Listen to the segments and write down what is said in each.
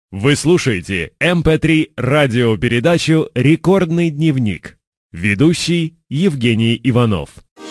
Вы слушаете MP3 радиопередачу «Рекордный дневник». Ведущий Евгений Иванов.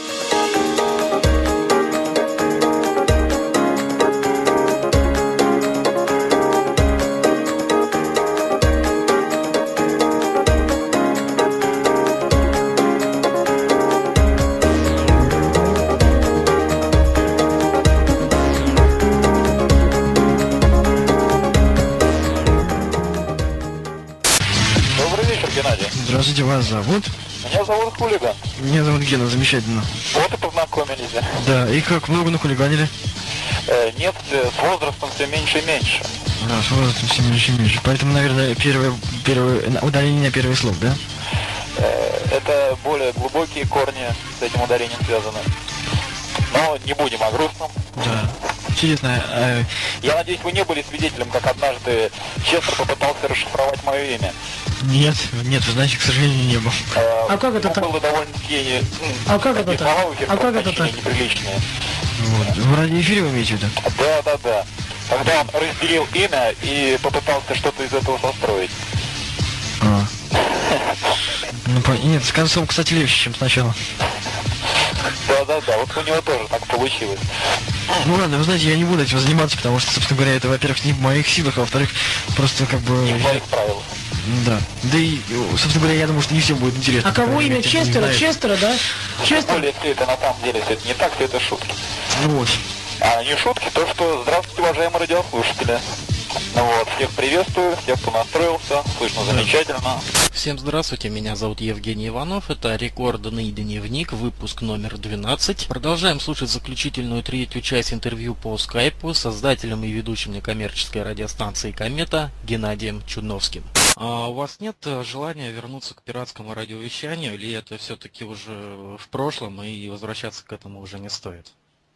Здравствуйте, вас зовут? Меня зовут Хулиган. Меня зовут Гена, замечательно. Вот и познакомились. Да, и как много нахулиганили? Нет, с возрастом все меньше и меньше. Да, с возрастом все меньше и меньше. Поэтому, наверное, первое ударение на первый слог, да? Это более глубокие корни с этим ударением связаны. Но не будем о грустном. Да. Интересно. Я надеюсь, вы не были свидетелем, как однажды Честер попытался расшифровать мое имя. Нет, вы знаете, к сожалению, не был. А как это так? Было довольно-таки... А как это так? А как это так? Неприличные. Вот. В радиоэфире вы имеете в виду? Да. Когда он разделил имя и попытался что-то из этого состроить. Нет, с концом, кстати, легче, чем сначала. Да, вот у него тоже так получилось. Ну ладно, вы знаете, я не буду этим заниматься, потому что, собственно говоря, это, во-первых, не в моих силах, а во-вторых, просто как бы... Не в моих правилах. Да. Да и, собственно говоря, я думаю, что не всем будет интересно. А кого имя Честера? Честера, да? Честер? Более все это на самом деле, все это не так, все это шутки. Вот. А не шутки, то что здравствуйте, уважаемые радиослушатели. Вот, всех приветствую, всех, кто настроился, слышно замечательно. Всем здравствуйте, меня зовут Евгений Иванов, это рекордный дневник, выпуск номер 12. Продолжаем слушать заключительную третью часть интервью по скайпу с создателем и ведущим некоммерческой радиостанции «Комета» Геннадием Чудновским. А у вас нет желания вернуться к пиратскому радиовещанию, или это все-таки уже в прошлом и возвращаться к этому уже не стоит?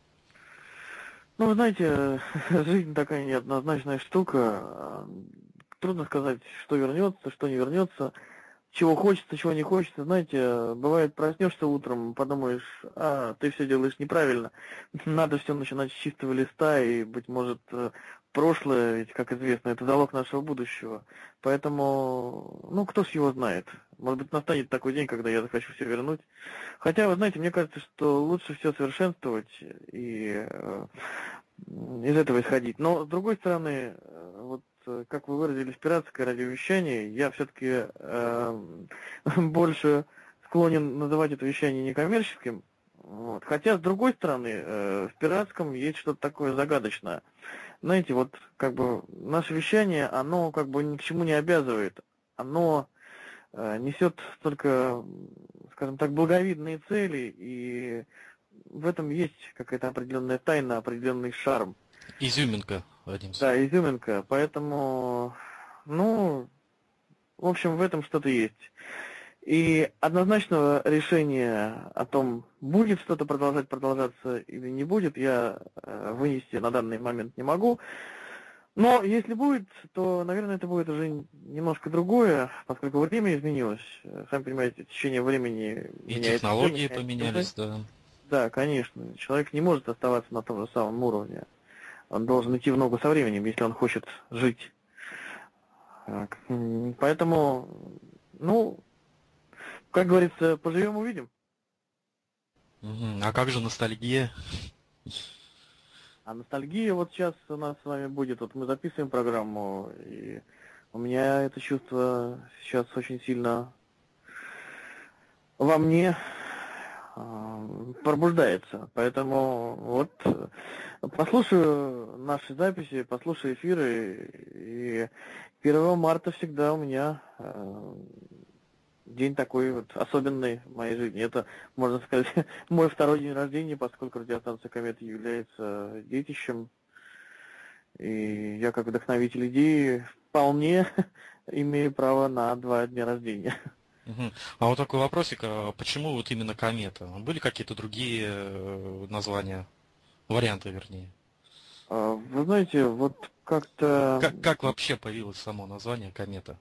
Ну, вы знаете, жизнь такая неоднозначная штука. Трудно сказать, что вернется, что не вернется, чего хочется, чего не хочется. Знаете, бывает, проснешься утром, подумаешь, ты все делаешь неправильно. Надо все начинать с чистого листа, и, быть может, прошлое, ведь, как известно, это залог нашего будущего. Поэтому, кто ж его знает. Может быть, настанет такой день, когда я захочу все вернуть. Хотя, вы знаете, мне кажется, что лучше все совершенствовать и из этого исходить. Но, с другой стороны, вот как вы выразились, пиратское радиовещание, я все-таки больше склонен называть это вещание некоммерческим. Вот. Хотя, с другой стороны, в пиратском есть что-то такое загадочное. Знаете, вот как бы наше вещание, оно как бы ни к чему не обязывает. Оно несет только, скажем так, благовидные цели, и в этом есть какая-то определенная тайна, определенный шарм. Изюминка, Вадим. Да, изюминка. Поэтому, в общем, в этом что-то есть. И однозначного решения о том, будет что-то продолжаться или не будет, я вынести на данный момент не могу. Но если будет, то, наверное, это будет уже немножко другое, поскольку время изменилось. Сами понимаете, в течение времени... И технологии поменялись, да. Да, конечно. Человек не может оставаться на том же самом уровне. Он должен идти в ногу со временем, если он хочет жить. Поэтому, как говорится, поживем, увидим. А как же ностальгия? А ностальгия вот сейчас у нас с вами будет. Вот мы записываем программу, и у меня это чувство сейчас очень сильно во мне пробуждается. Поэтому вот послушаю наши записи, послушаю эфиры, и 1 марта всегда у меня день такой вот особенный в моей жизни. Это, можно сказать, мой второй день рождения, поскольку радиостанция «Комета» является детищем. И я, как вдохновитель идеи, вполне имею право на 2 дня рождения. А вот такой вопросик, а почему вот именно «Комета»? Были какие-то другие названия, варианты, вернее? Вы знаете, вот как-то... Как вообще появилось само название «Комета»?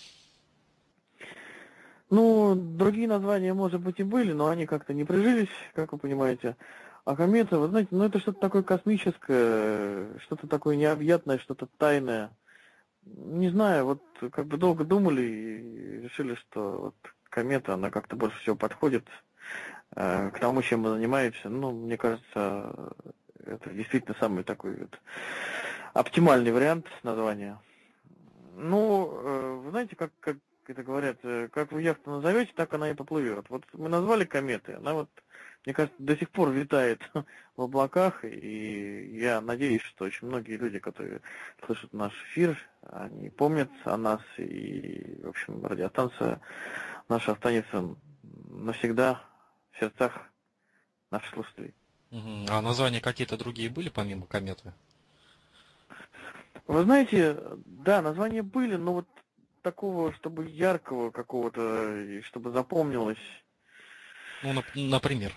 Другие названия, может быть, и были, но они как-то не прижились, как вы понимаете. А комета, вы знаете, это что-то такое космическое, что-то такое необъятное, что-то тайное. Не знаю, вот как бы долго думали и решили, что вот комета, она как-то больше всего подходит к тому, чем мы занимаемся. Ну, мне кажется, это действительно самый такой вот оптимальный вариант названия. Ну, вы знаете, как это говорят, как вы яхту назовете, так она и поплывет. Вот мы назвали кометы, она вот, мне кажется, до сих пор витает в облаках, и я надеюсь, что очень многие люди, которые слышат наш эфир, они помнят о нас, и, в общем, радиостанция наша останется навсегда в сердцах наших слушателей. А названия какие-то другие были, помимо кометы? Вы знаете, да, названия были, но вот такого, чтобы яркого какого-то, и чтобы запомнилось. Ну, например.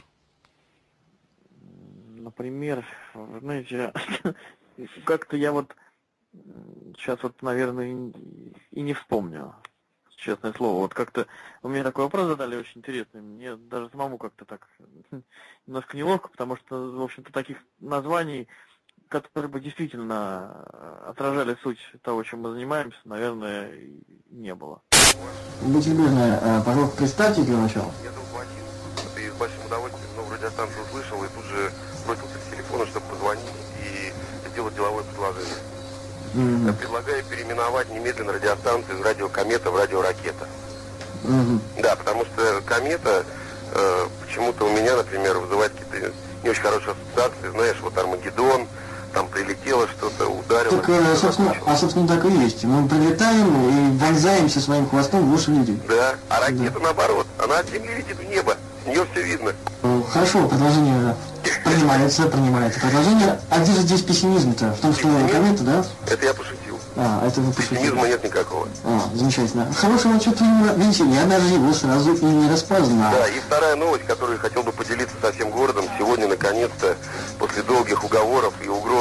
Например, вы знаете, как-то я вот сейчас вот, наверное, и не вспомню, честное слово. Вот как-то вы мне такой вопрос задали очень интересный. Мне даже самому как-то так немножко неловко, потому что, в общем-то, таких названий, которые бы действительно отражали суть того, чем мы занимаемся, наверное, не было. Будьте любезны, пожалуйста, представьте для начала. Я зовут Вадим, и с большим удовольствием новую радиостанцию услышал, и тут же бросился к телефону, чтобы позвонить и сделать деловое предложение. Я предлагаю переименовать немедленно радиостанцию из радио «Комета» в радио «Ракета». Да, потому что «Комета» почему-то у меня, например, вызывает какие-то не очень хорошие ассоциации, знаешь, вот Армагеддон, там прилетело что-то, ударило. Так, собственно, так и есть. Мы прилетаем и вонзаемся своим хвостом в уши людей. Да, а ракета наоборот, она от Земли летит в небо, с нее все видно. Хорошо, предложение принимается предложение. А где же здесь пессимизм-то? В том, что комета, да? Это я пошутил. Это вы пошутили. Пессимизма нет никакого. Замечательно. Хорошего что-то, видите, я даже его сразу и не распознал. Да, и вторая новость, которую я хотел бы поделиться со всем городом. Сегодня, наконец-то, после долгих уговоров и угроз,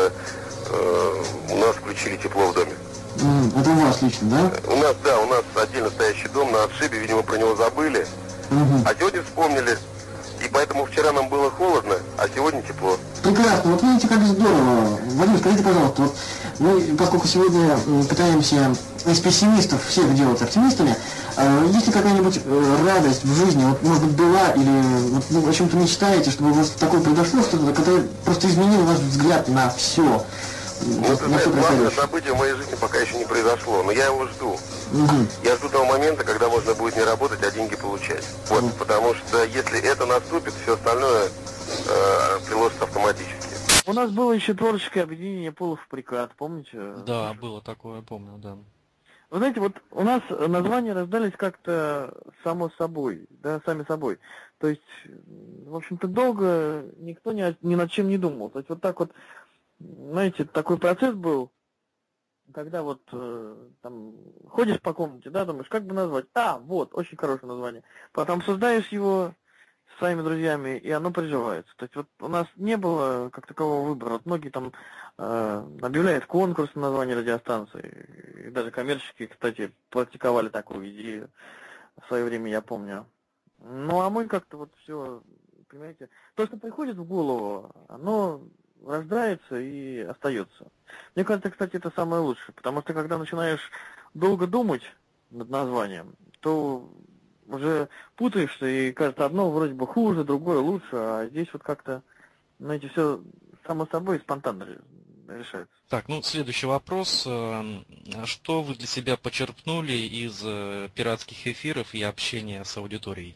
у нас включили тепло в доме. Это у вас лично, да? У нас отдельно стоящий дом на отшибе, видимо, про него забыли. А сегодня вспомнили. И поэтому вчера нам было холодно, а сегодня тепло. Прекрасно. Вот видите, как здорово. Вадим, скажите, пожалуйста, вот мы, поскольку сегодня пытаемся из пессимистов всех делать оптимистами, есть ли какая-нибудь радость в жизни, вот, может быть, была, или вот, вы о чем-то мечтаете, чтобы у вас такое произошло, что-то, которое просто изменило ваш взгляд на все? Ну, ты знаешь, главное событие в моей жизни пока еще не произошло, но я его жду. Я жду того момента, когда можно будет не работать, а деньги получать. Вот, потому что если это наступит, все остальное приложится автоматически. У нас было еще творческое объединение полуфабрикат, помните? Да, было такое, помню, да. Вы знаете, вот у нас названия рождались как-то само собой, да, сами собой. То есть, в общем-то, долго никто ни над чем не думал. То есть вот так вот, знаете, такой процесс был, когда вот там ходишь по комнате, да, думаешь, как бы назвать? Вот, очень хорошее название. Потом создаешь его с своими друзьями, и оно приживается. То есть вот у нас не было как такового выбора. Вот многие там объявляют конкурс на название радиостанции. И даже коммерческие, кстати, практиковали такую идею в свое время, я помню. Ну а мы как-то вот все, понимаете, то, что приходит в голову, оно рождается и остается. Мне кажется, кстати, это самое лучшее, потому что когда начинаешь долго думать над названием, то уже путаешься, и кажется, одно вроде бы хуже, другое лучше, а здесь вот как-то, знаете, все само собой спонтанно решается. Так, следующий вопрос. Что вы для себя почерпнули из пиратских эфиров и общения с аудиторией?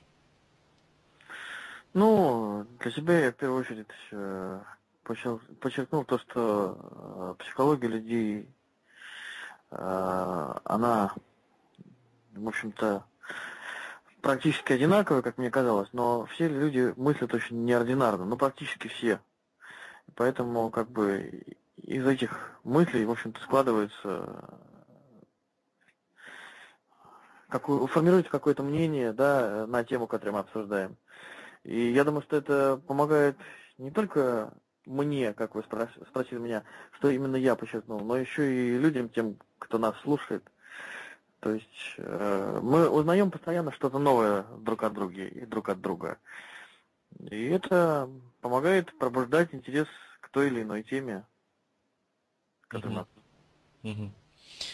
Для себя я в первую очередь подчеркнул то, что психология людей, она, в общем-то, практически одинаковая, как мне казалось, но все люди мыслят очень неординарно, практически все. Поэтому, как бы, из этих мыслей, в общем-то, складывается, формируется какое-то мнение, да, на тему, которую мы обсуждаем. И я думаю, что это помогает не только мне, как вы спросили меня, что именно я подчеркнул, но еще и людям, тем, кто нас слушает. То есть мы узнаем постоянно что-то новое друг от друга и друг от друга. И это помогает пробуждать интерес к той или иной теме, которая нас.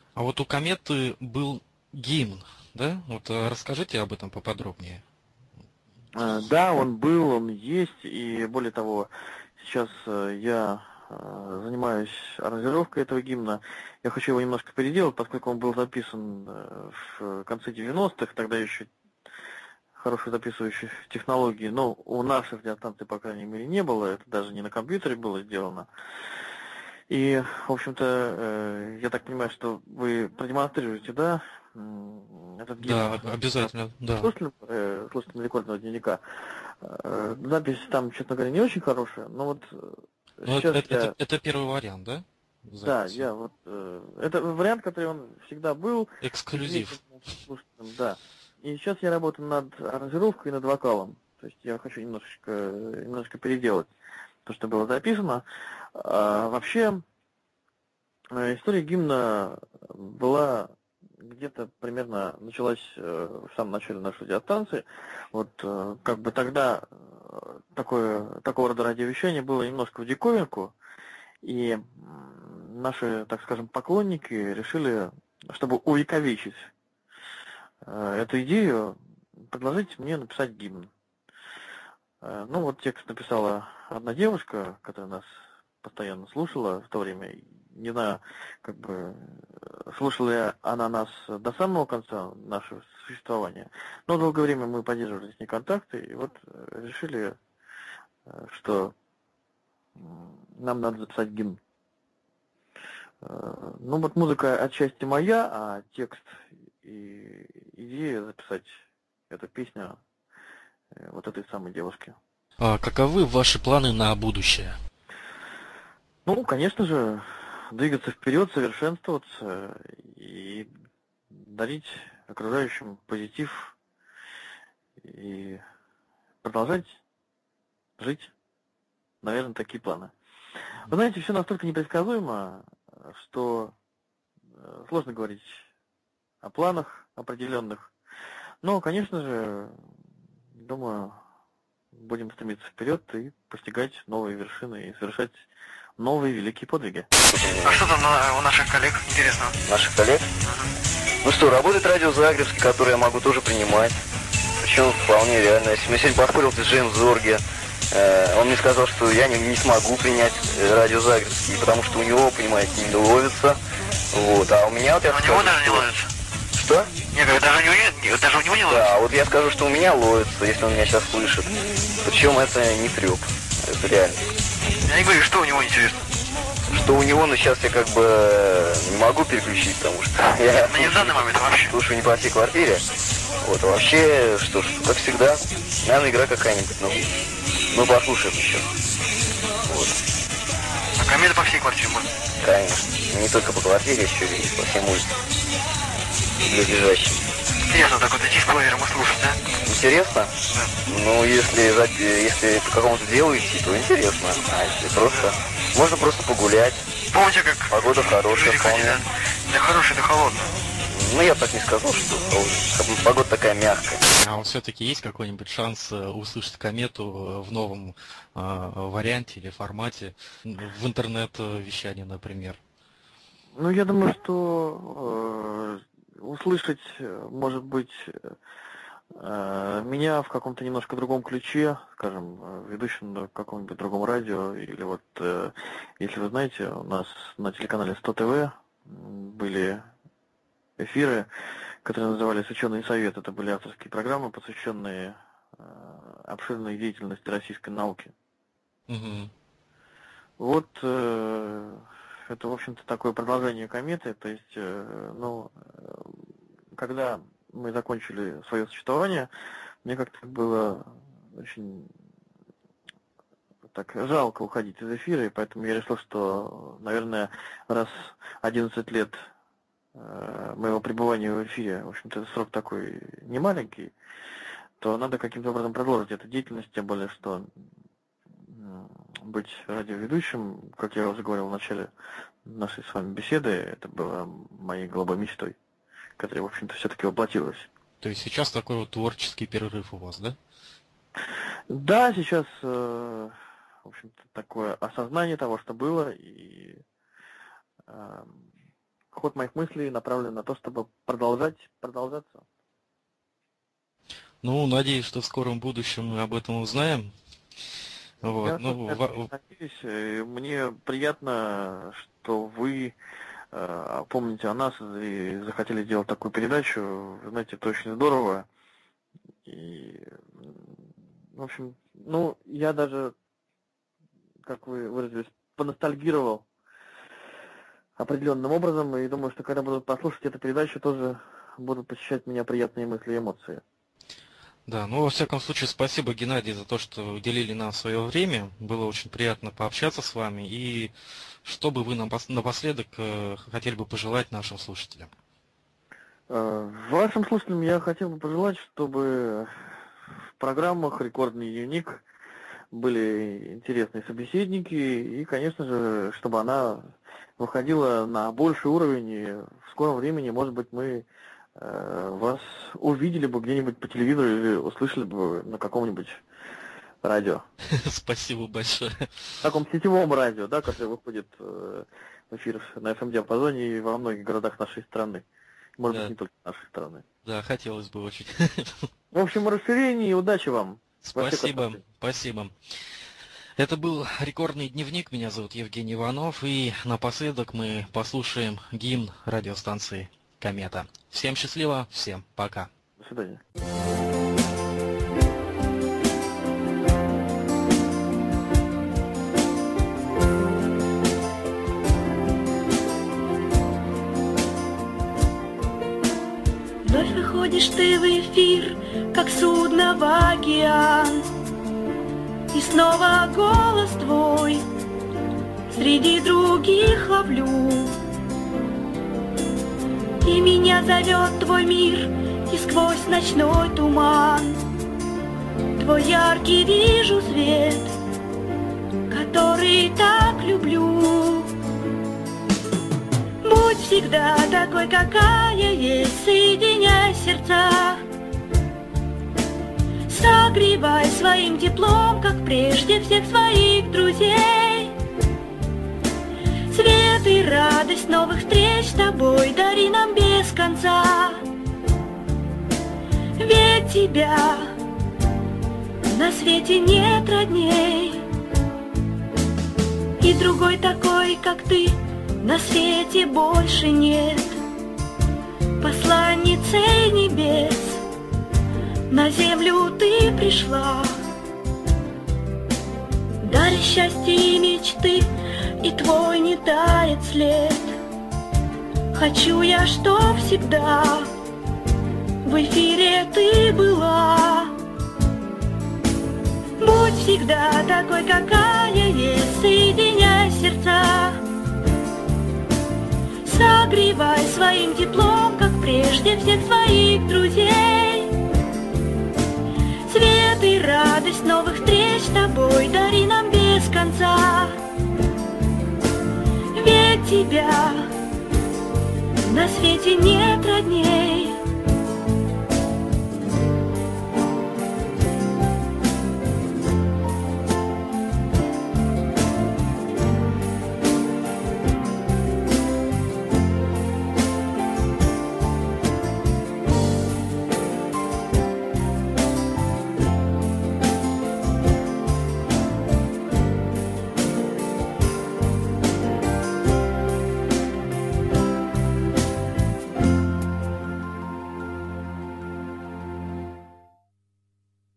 А вот у кометы был гимн, да? Вот расскажите об этом поподробнее. Да, он был, он есть, и более того, сейчас я занимаюсь аранжировкой этого гимна. Я хочу его немножко переделать, поскольку он был записан в конце 90-х, тогда еще хорошей записывающей технологии, но у наших радиостанций, по крайней мере, не было, это даже не на компьютере было сделано. И, в общем-то, я так понимаю, что вы продемонстрируете, да, этот гимн? Да, обязательно, да. Слушателям рекордного дневника. Запись там, честно говоря, не очень хорошая, но вот сейчас это первый вариант, да? Записи. Да, я вот... это вариант, который он всегда был. Эксклюзив. Да. И сейчас я работаю над аранжировкой и над вокалом. То есть я хочу немножко переделать то, что было записано. Вообще, история гимна была где-то примерно началась в самом начале нашей радиостанции. Вот как бы тогда такого рода радиовещание было немножко в диковинку, и наши, так скажем, поклонники решили, чтобы увековечить эту идею, предложить мне написать гимн. Ну вот текст написала одна девушка, которая нас постоянно слушала в то время. Не знаю, как бы слушала ли она нас до самого конца нашего существования, но долгое время мы поддерживали с ней контакты, и вот решили, что нам надо записать гимн. Ну вот музыка отчасти моя, а текст и идея записать эту песню вот этой самой девушки. А каковы ваши планы на будущее? Ну, конечно же, двигаться вперед, совершенствоваться и дарить окружающим позитив и продолжать жить. Наверное, такие планы. Вы знаете, все настолько непредсказуемо, что сложно говорить о планах определенных. Но, конечно же, думаю, будем стремиться вперед и постигать новые вершины и совершать новые великие подвиги. А что там у наших коллег, интересно? Наших коллег? Ну что, работает радио Загребский, который я могу тоже принимать. Причем вполне реально. Если меня сегодня поспорил диджей в Зорге, он мне сказал, что я не смогу принять радио Загребский, потому что у него, понимаете, не ловится. Вот. А у меня вот я скажу, у него даже не ловится. Что? Нет, даже у него не ловится. Да, вот я скажу, что у меня ловится, если он меня сейчас слышит. Причем это не треп. Это реально. Я не говорю, что у него интересно. Что у него, но сейчас я как бы не могу переключить, потому что я не в данный момент вообще. Слушаю не по всей квартире. Вот, а вообще, что ж, как всегда, наверное, игра какая-нибудь, ну послушаем еще. Вот. А комета по всей квартире можно? Конечно. Не только по квартире, еще и по всем улицам. Близлежащим. Интересно так вот идти с плеером и слушать, да? Интересно? Да. Ну, если по какому-то делу идти, то интересно. А если просто... Можно просто погулять. Помните, как... Погода хорошая, вполне. Да хорошая, да холодная. Ну, я так не сказал, что погода такая мягкая. А вот все-таки есть какой-нибудь шанс услышать комету в новом варианте или формате, в интернет-вещании, например? Ну, я думаю, что услышать, может быть, меня в каком-то немножко другом ключе, скажем, ведущим на каком-нибудь другом радио, или вот, если вы знаете, у нас на телеканале 100 ТВ были эфиры, которые назывались «Ученый совет». Это были авторские программы, посвященные обширной деятельности российской науки. Угу. Вот это, в общем-то, такое продолжение кометы. То есть, ну, когда мы закончили свое существование, мне как-то было очень так жалко уходить из эфира, и поэтому я решил, что, наверное, раз 11 лет моего пребывания в эфире, в общем-то, срок такой немаленький, то надо каким-то образом продолжить эту деятельность, тем более, что быть радиоведущим, как я уже говорил в начале нашей с вами беседы, это было моей голубой мечтой, которая, в общем-то, все-таки воплотилась. То есть сейчас такой вот творческий перерыв у вас, да? Да, сейчас, в общем-то, такое осознание того, что было, и ход моих мыслей направлен на то, чтобы продолжаться. Ну, надеюсь, что в скором будущем мы об этом узнаем. Вот. Я надеюсь, мне приятно, что вы помните о нас и захотели сделать такую передачу. Вы знаете, это очень здорово. И, в общем, я даже, как вы выразились, поностальгировал определенным образом, и думаю, что когда будут послушать эту передачу, тоже будут посещать меня приятные мысли и эмоции. Да, во всяком случае, спасибо, Геннадий, за то, что уделили нам свое время. Было очень приятно пообщаться с вами. И что бы вы напоследок хотели бы пожелать нашим слушателям? Вашим слушателям я хотел бы пожелать, чтобы в программах «Рекордный дневник» были интересные собеседники, и, конечно же, чтобы она выходила на больший уровень, и в скором времени, может быть, мы вас увидели бы где-нибудь по телевизору или услышали бы на каком-нибудь радио. Спасибо большое. В таком сетевом радио, да, которое выходит в эфир на FM-диапазоне и во многих городах нашей страны. Может быть, не только нашей страны. Да, хотелось бы очень. В общем, расширение и удачи вам. Спасибо, спасибо. Это был «Рекордный дневник». Меня зовут Евгений Иванов. И напоследок мы послушаем гимн радиостанции «Комета». Всем счастливо, всем пока. До свидания. Вновь выходишь ты в эфир, как судно в океан, и снова голос твой среди других ловлю. И меня зовет твой мир, и сквозь ночной туман твой яркий вижу свет, который так люблю. Будь всегда такой, какая есть, соединяй сердца, согревай своим теплом, как прежде, всех своих друзей. Свет и радость новых встреч с тобой дари нам без конца. Ведь тебя на свете нет родней, и другой такой, как ты, на свете больше нет. Посланницей небес на землю ты пришла, даря счастье и мечты, и твой не тает след. Хочу я, чтоб всегда в эфире ты была. Будь всегда такой, какая есть, соединяй сердца, согревай своим теплом, как прежде, всех своих друзей. Свет и радость новых встреч с тобой дари нам без конца. Ведь тебя на свете нет родней.